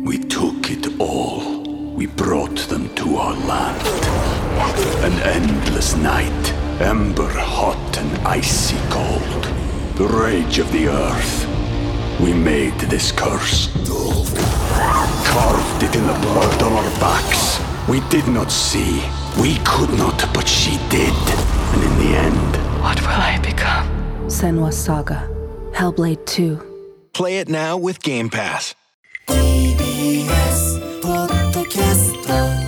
We took it all. We brought them to our land. An endless night, ember hot and icy cold. The rage of the earth. We made this curse. Carved it in the blood on our backs. We did not see. We could not, but she did. And in the end, what will I become? Senua's Saga. Hellblade 2. Play it now with Game Pass. TBS ポッドキャスト。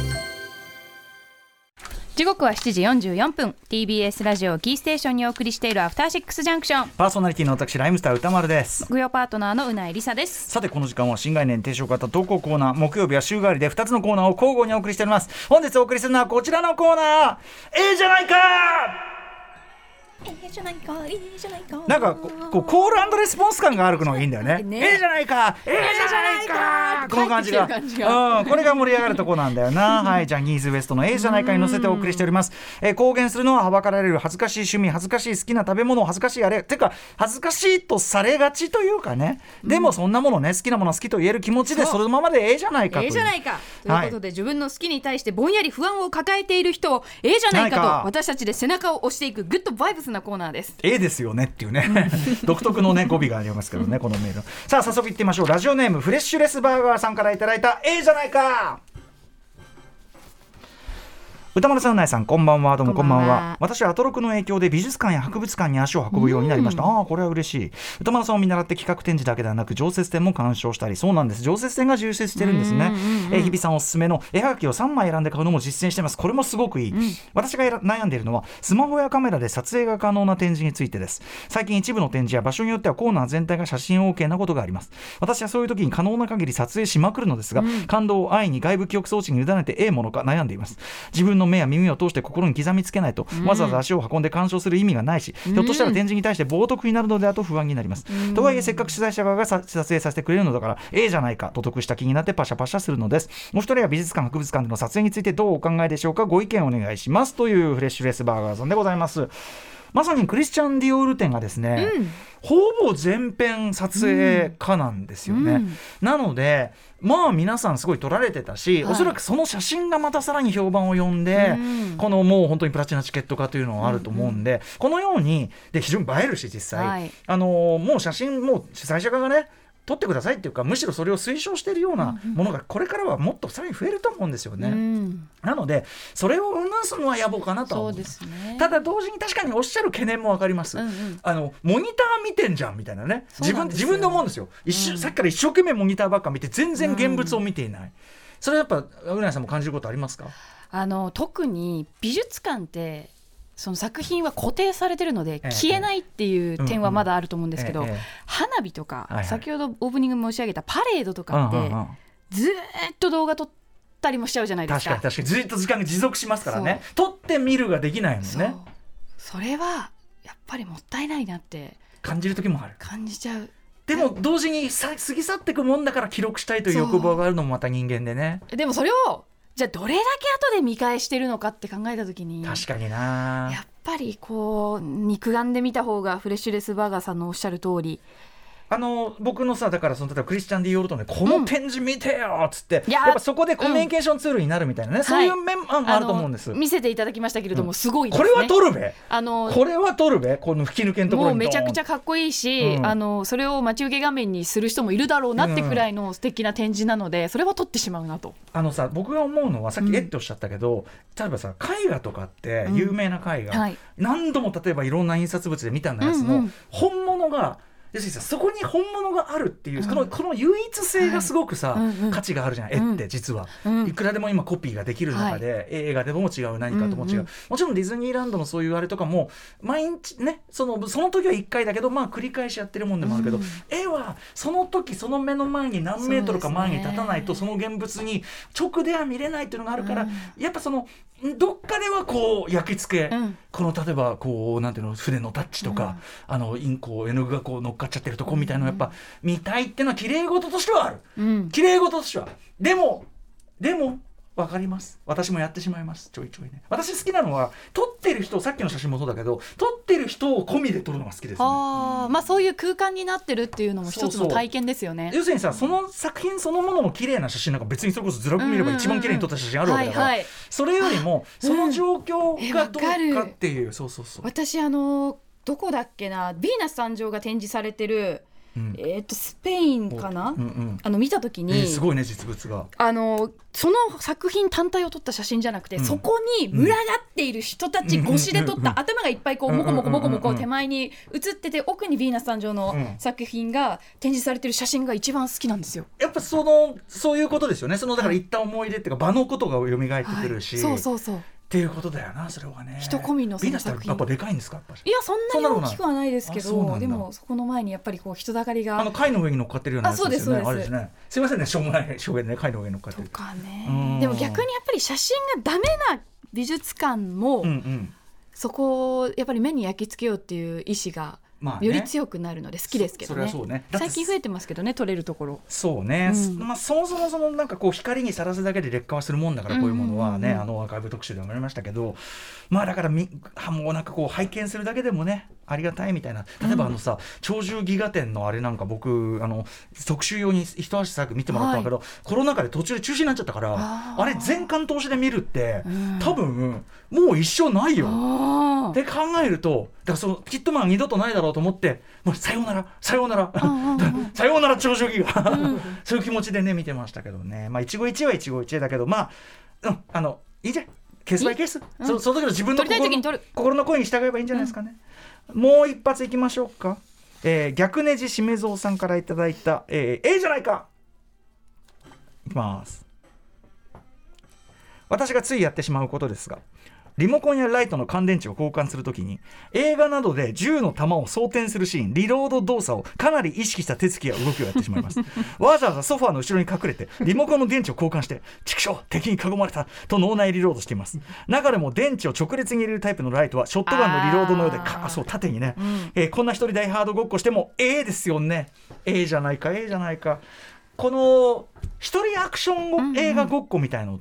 時刻は7時44分 TBS ラジオキーステーションにお送りしているアフターシックスジャンクション。 パーソナリティの私ライムスター歌丸です。 木曜パートナーのうないりさです。 さてこの時間は新概念提唱型投稿コーナー、木曜日は週替わりで2つのコーナーを交互にお送りしております。本日お送りするのはこちらのコーナー、じゃないか。 じゃないか、じゃないか。 なんかこうコール&レスポンス感があるのがいいんだよね。じゃないか、じゃないか、この感じが、これが盛り上がるとこなんだよな。はい、ジャニーズ WEST のじゃないかに乗せてお送りしております。公言するのははばかられる恥ずかしい趣味、恥ずかしい好きな食べ物、恥ずかしいあれてか恥ずかしいとされがちというかね、でもそんなものね、好きなもの好きと言える気持ちでそのままでじゃないかという、 じゃないかということで、自分の好きに対してぼんやり不安を抱えている人をじゃないかと私たちで背中を押していくグッドバイブスなコーナーです。 ですよねっていうね独特のね語尾がありますけどねこのメール。さあ早速いってみましょう。ラジオネームフレッシュレスバーガーさんからいただいたじゃないか。歌丸さん、うないさん、こんばんは。どうもこんばんは。私はアトロクの影響で美術館や博物館に足を運ぶようになりました。これは嬉しい。歌丸さんを見習って企画展示だけではなく常設展も鑑賞したり。そうなんです、常設展が充実してるんですね。日比さんおすすめの絵はがきを3枚選んで買うのも実践しています。これもすごくいい。私が悩んでいるのはスマホやカメラで撮影が可能な展示についてです。最近一部の展示や場所によってはコーナー全体が写真 OK なことがあります。私はそういう時に可能な限り撮影しまくるのですが、感動を安易に外部記憶装置に委ねてものか悩んでいます。自分の目や耳を通して心に刻みつけないと、わざわざ足を運んで鑑賞する意味がないし、ひょっとしたら展示に対して冒涜になるのではと不安になります。とはいえせっかく取材者側が撮影させてくれるのだからじゃないかと得した気になってパシャパシャするのです。お一人は美術館博物館での撮影についてどうお考えでしょうか。ご意見お願いしますというフレッシュレスバーガーさんでございます。まさにクリスチャン・ディオール展がですね、ほぼ全編撮影家なんですよね。なのでまあ皆さんすごい撮られてたし、おそらくその写真がまたさらに評判を呼んで、このもう本当にプラチナチケット化というのがあると思うんで、このようにで非常に映えるし実際、もう写真も主催者側がね撮ってくださいっていうか、むしろそれを推奨しているようなものがこれからはもっとさらに増えると思うんですよね。なのでそれを生み出すのは野暮かなとは思う。そうですね。ただ同時に確かにおっしゃる懸念も分かります。モニター見てんじゃんみたいなね、自分で思うんですよ。さっきから一生懸命モニターばっか見て全然現物を見ていない。それはやっぱうなやさんも感じることありますか。 特に美術館ってその作品は固定されてるので消えないっていう点はまだあると思うんですけど、花火とか、先ほどオープニング申し上げたパレードとかってずっと動画撮ったりもしちゃうじゃないですか。 確かにずっと時間が持続しますからね。撮って見るができないもんね。 それはやっぱりもったいないなって感じる時もある。 感じちゃう。 でも同時に過ぎ去っていくもんだから記録したいという欲望があるのもまた人間でね。 でもそれをじゃあどれだけ後で見返してるのかって考えた時に、 確かにな、 やっぱりこう肉眼で見た方がフレッシュレスバーガーさんのおっしゃる通り、 僕のさ、だから例えばクリスチャン・ディオールトンでこの展示見てよっつって、やっぱそこでコミュニケーションツールになるみたいなね、そういう面もあると思うんです。 見せていただきましたけれども、すごいですね。 これは撮るべ、これは撮るべ、この吹き抜けのところにもうめちゃくちゃかっこいいし、それを待ち受け画面にする人もいるだろうなってくらいの素敵な展示なので、それは撮ってしまうなと。 さ、僕が思うのはさっきっておっしゃったけど、例えばさ絵画とかって有名な絵画、何度も例えばいろんな印刷物で見たやつの本物がそこに本物があるっていう、この唯一性がすごくさ、価値があるじゃない、絵って実は、いくらでも今コピーができる中で、映画でも違う何かとも違う、もちろんディズニーランドのそういうあれとかも毎日ね、その時は1回だけど繰り返しやってるもんでもあるけど、絵はその時その目の前に何メートルか前に立たないとその現物に直では見れないっていうのがあるから、やっぱそのどっかではこう焼き付け、この例えばこうなんていうの、筆のタッチとか、インク絵の具がこう乗っかっちゃってるとこみたいなのをやっぱ見たいっていうのは綺麗事としてはある、綺麗事としては。でもわかります。私もやってしまいます。ちょいちょいね。私好きなのは撮ってる人、さっきの写真もそうだけど、撮ってる人を込みで撮るのが好きですね。 まあそういう空間になってるっていうのも一つの体験ですよね。 要するにさ、その作品そのものの綺麗な写真なんか別にそれこそずらく見れば一番綺麗に撮った写真あるわけだから、それよりもその状況がどうかっていう、そうそうそう。 私どこだっけな、ヴィーナス誕生が展示されてる、スペインかな、見た時に、 すごいね、実物がその作品単体を撮った写真じゃなくて、そこに群がっている人たち越しで撮った頭がいっぱいこうモコモコモコモコ手前に写ってて、奥にヴィーナス誕生の作品が展示されてる写真が一番好きなんですよ。 やっぱそういうことですよね。だから一旦思い出っていうか場のことが蘇ってくるし、 そうそうそうっていうことだよな、それはね。 人込みのその作品。 やっぱでかいんですか？ いや、そんなに大きくはないですけど、でもそこの前にやっぱりこう人だかりが貝の上に乗っかってるようなやつですよね。 そうですそうです。 すいませんね、しょうもない表現で貝の上に乗っかってるとかね。でも逆にやっぱり写真がダメな美術館も、そこをやっぱり目に焼き付けようっていう意思がより強くなるので好きですけどね。最近増えてますけどね、撮れるところ。 そうね、そもそもなんかこう光にさらすだけで劣化はするもんだから、こういうものはね、アーカイブ特集でもありましたけど、だからもうなんかこう拝見するだけでもねありがたいみたいな。例えば鳥獣戯画展のあれなんか僕特集用に一足早く見てもらったんだけど、コロナ禍で途中で中止になっちゃったから、あれ全巻通しで見るって多分もう一生ないよって考えると、だからきっと二度とないだろうと思って、もうさようならさようならさようなら鳥獣戯画そういう気持ちでね見てましたけどね。一期一会は一期一会だけど、いいじゃん、ケースバイケース、その時の自分の心の声に従えばいいんじゃないですかね。もう一発いきましょうか。逆ネジしめぞうさんからいただいた、じゃないかいきます。私がついやってしまうことですが、リモコンやライトの乾電池を交換するときに、映画などで銃の弾を装填するシーン、リロード動作をかなり意識した手つきや動きをやってしまいますわざわざソファーの後ろに隠れてリモコンの電池を交換して、畜生敵に囲まれたと脳内リロードしています。中でも電池を直列に入れるタイプのライトはショットガンのリロードのようでそう縦にね、こんな一人大ハードごっこしてもですよね。じゃないかじゃないか。この一人アクション映画ごっこみたいのって、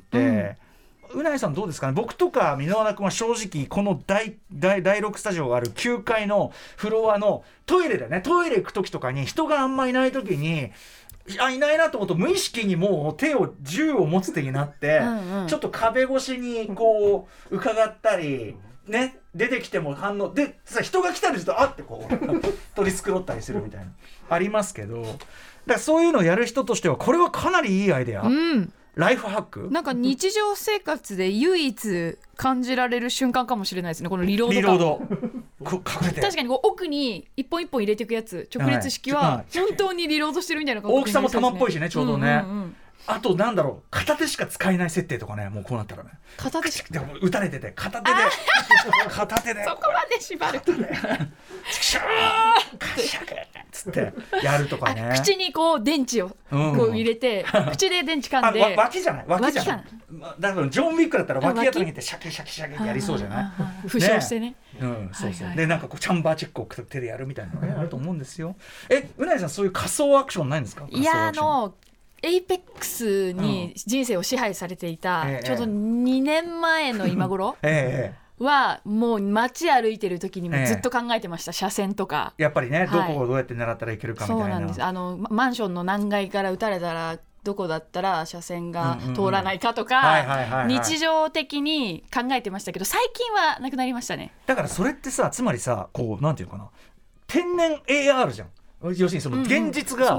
うないさんどうですかね。僕とか箕輪田君は正直この第6スタジオがある9階のフロアのトイレでね、トイレ行く時とかに人があんまいない時にいないなと思うと、無意識にもう銃を持つ手になってちょっと壁越しにこう伺ったりね、出てきても反応でさ、人が来たりするとあってこう取り繕ったりするみたいなありますけど、だからそういうのをやる人としてはこれはかなりいいアイデア、ライフハック。 なんか日常生活で唯一感じられる瞬間かもしれないですね、このリロード隠れて。確かにこう奥に一本一本入れていくやつ、直列式は本当にリロードしてるみたいな感じ、 大きさも玉っぽいしね、ちょうどね。あとなんだろう、片手しか使えない設定とかね、もうこうなったらね、 片手しかでも撃たれてて片手でそこまで縛るチクショーカシャクつってやるとかね。 口にこう電池をこう入れて、口で電池噛んで脇じゃないだからジョン・ウィックだったら脇頭にてシャキシャキシャキってやりそうじゃない。 負傷してね。 そうそうでなんかこうチャンバーチェックを手でやるみたいなのがあると思うんですよ。うないさんそういう仮想アクションないんですか。 いやエイペックスに人生を支配されていた、ちょうど2年前の今頃はもう街歩いてる時にもずっと考えてました、車線とか。 やっぱりね、どこをどうやって狙ったらいけるかみたいな。 そうなんです。マンションの何階から撃たれたらどこだったら車線が通らないかとか、日常的に考えてましたけど、最近はなくなりましたね。 だからそれってさ、つまりさ、こうなんていうかな、天然 AR じゃん。要するにその現実が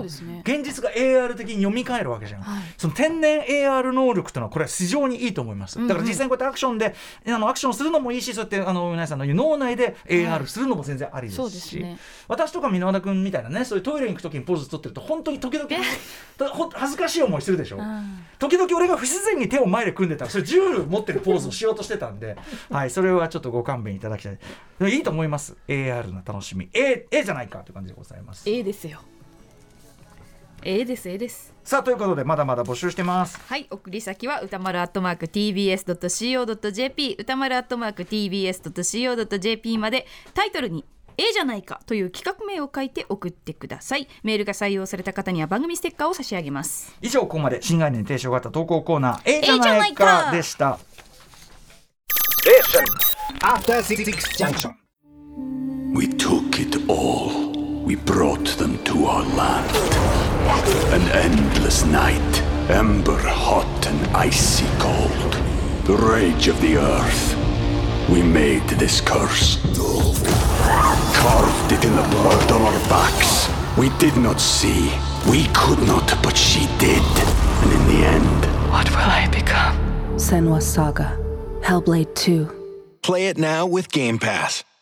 AR 的に読み替えるわけじゃん、その天然 AR 能力というのはこれは非常にいいと思います。だから実際にこうやってアクションでアクションするのもいいし、そうやって皆さんの言う脳内で AR するのも全然ありですし、私とか箕輪田君みたいなね、そういうトイレに行く時にポーズ取ってると本当に時々恥ずかしい思いするでしょ。時々俺が不自然に手を前で組んでたらそれ銃持ってるポーズをしようとしてたんでそれはちょっとご勘弁いただきたい。いいと思います。 AR の楽しみじゃないかという感じでございます。 ですよ。です。 さあということでまだまだ募集してます。 はい、送り先は歌丸@tbs.co.jp 歌丸@tbs.co.jp まで。タイトルにじゃないかという企画名を書いて送ってください。メールが採用された方には番組ステッカーを差し上げます。 以上、ここまで新概念提唱型投稿コーナーじゃないかでした。 After 66 junction. We took it all. We brought them to our land. An endless night, ember hot and icy cold. The rage of the earth. We made this curse. Carved it in the blood on our backs. We did not see. We could not, but she did. And in the end, what will I become? Senua's Saga. Hellblade 2. Play it now with Game Pass.